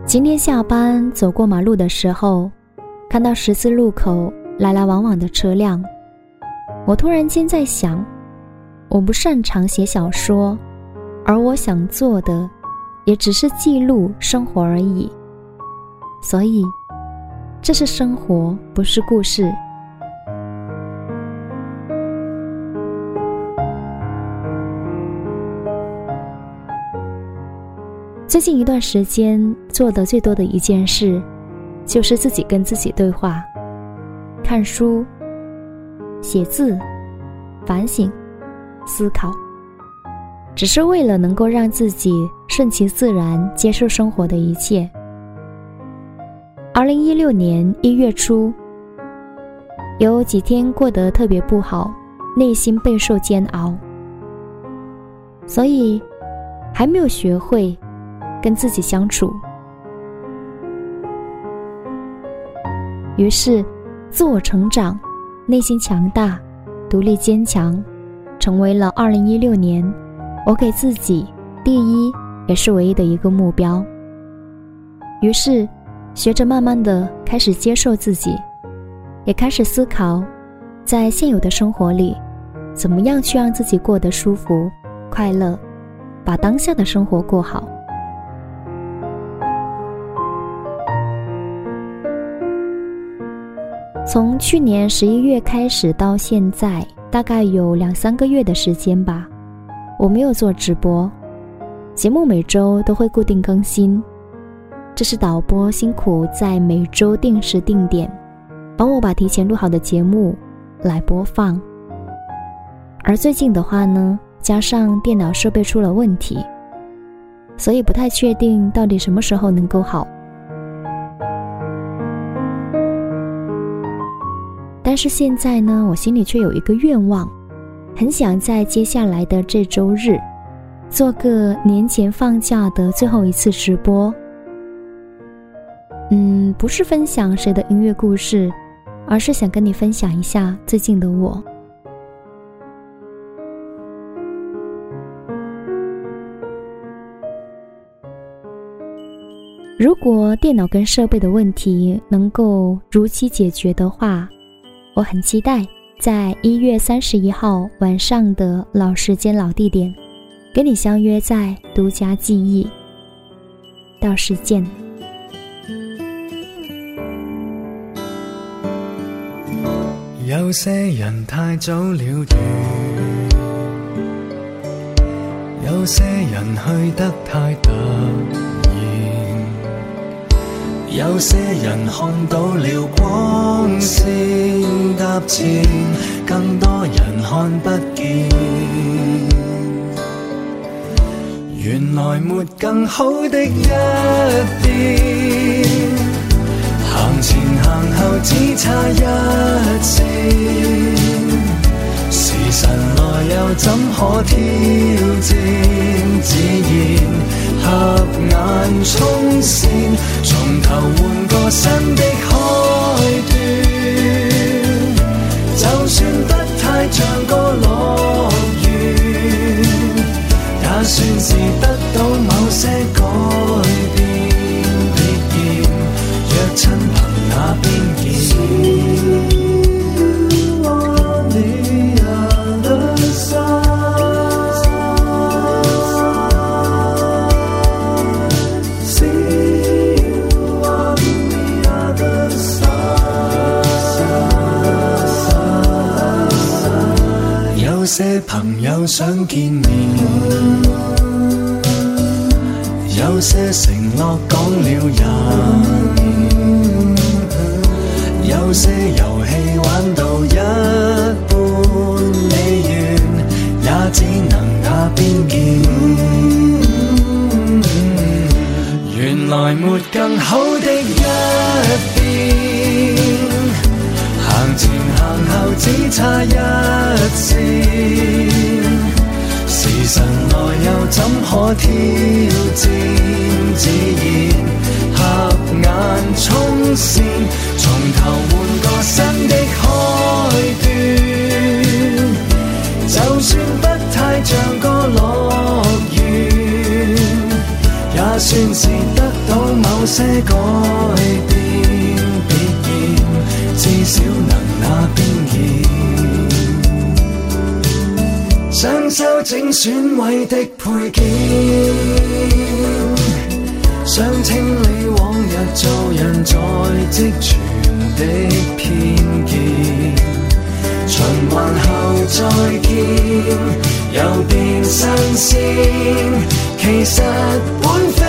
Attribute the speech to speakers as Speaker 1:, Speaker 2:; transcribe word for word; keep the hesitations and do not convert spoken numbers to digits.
Speaker 1: 今天下班走过马路的时候，看到十字路口来来往往的车辆，我突然间在想，我不擅长写小说，而我想做的也只是记录生活而已。所以，这是生活，不是故事。最近一段时间做的最多的一件事，就是自己跟自己对话，看书、写字、反省、思考，只是为了能够让自己顺其自然接受生活的一切。二零一六年一月初，有几天过得特别不好，内心备受煎熬，所以还没有学会跟自己相处。于是自我成长，内心强大，独立坚强，成为了二零一六年我给自己第一也是唯一的一个目标。于是学着慢慢的开始接受自己，也开始思考在现有的生活里怎么样去让自己过得舒服快乐，把当下的生活过好。从去年十一月开始到现在，大概有两三个月的时间吧，我没有做直播，节目每周都会固定更新，这是导播辛苦在每周定时定点帮我把提前录好的节目来播放。而最近的话呢，加上电脑设备出了问题，所以不太确定到底什么时候能够好。但是现在呢，我心里却有一个愿望，很想在接下来的这周日做个年前放假的最后一次直播。嗯，不是分享谁的音乐故事，而是想跟你分享一下最近的我。如果电脑跟设备的问题能够如期解决的话，我很期待在一月三十一号晚上的老时间老地点，跟你相约在独家记忆。到时见。
Speaker 2: 有些人太早了斷，有些人去得太突然，有些人看到了光線踏前，更多人看不見。原來沒更好的一天，行前行後只差一線，時辰來又怎可挑戰？自然合眼衝線，從頭換個新的開端。就算不太像個樂園，也算是得到某些改變。別嫌若親朋那邊見。有些朋友想見面，有些承諾講了人，有些遊戲玩到一半，你願也只能那邊見。原來沒更好的一邊，行前行後只差一線，時辰來又怎可挑戰？自然合眼衝線，從頭換個新的開端。就算不太像個樂園，也算是得到某些改變，別嫌，至少能那邊嫌。想修整損毀的配件，想清理往日做人在積存的偏見，循環後再見，又變新鮮，其實本非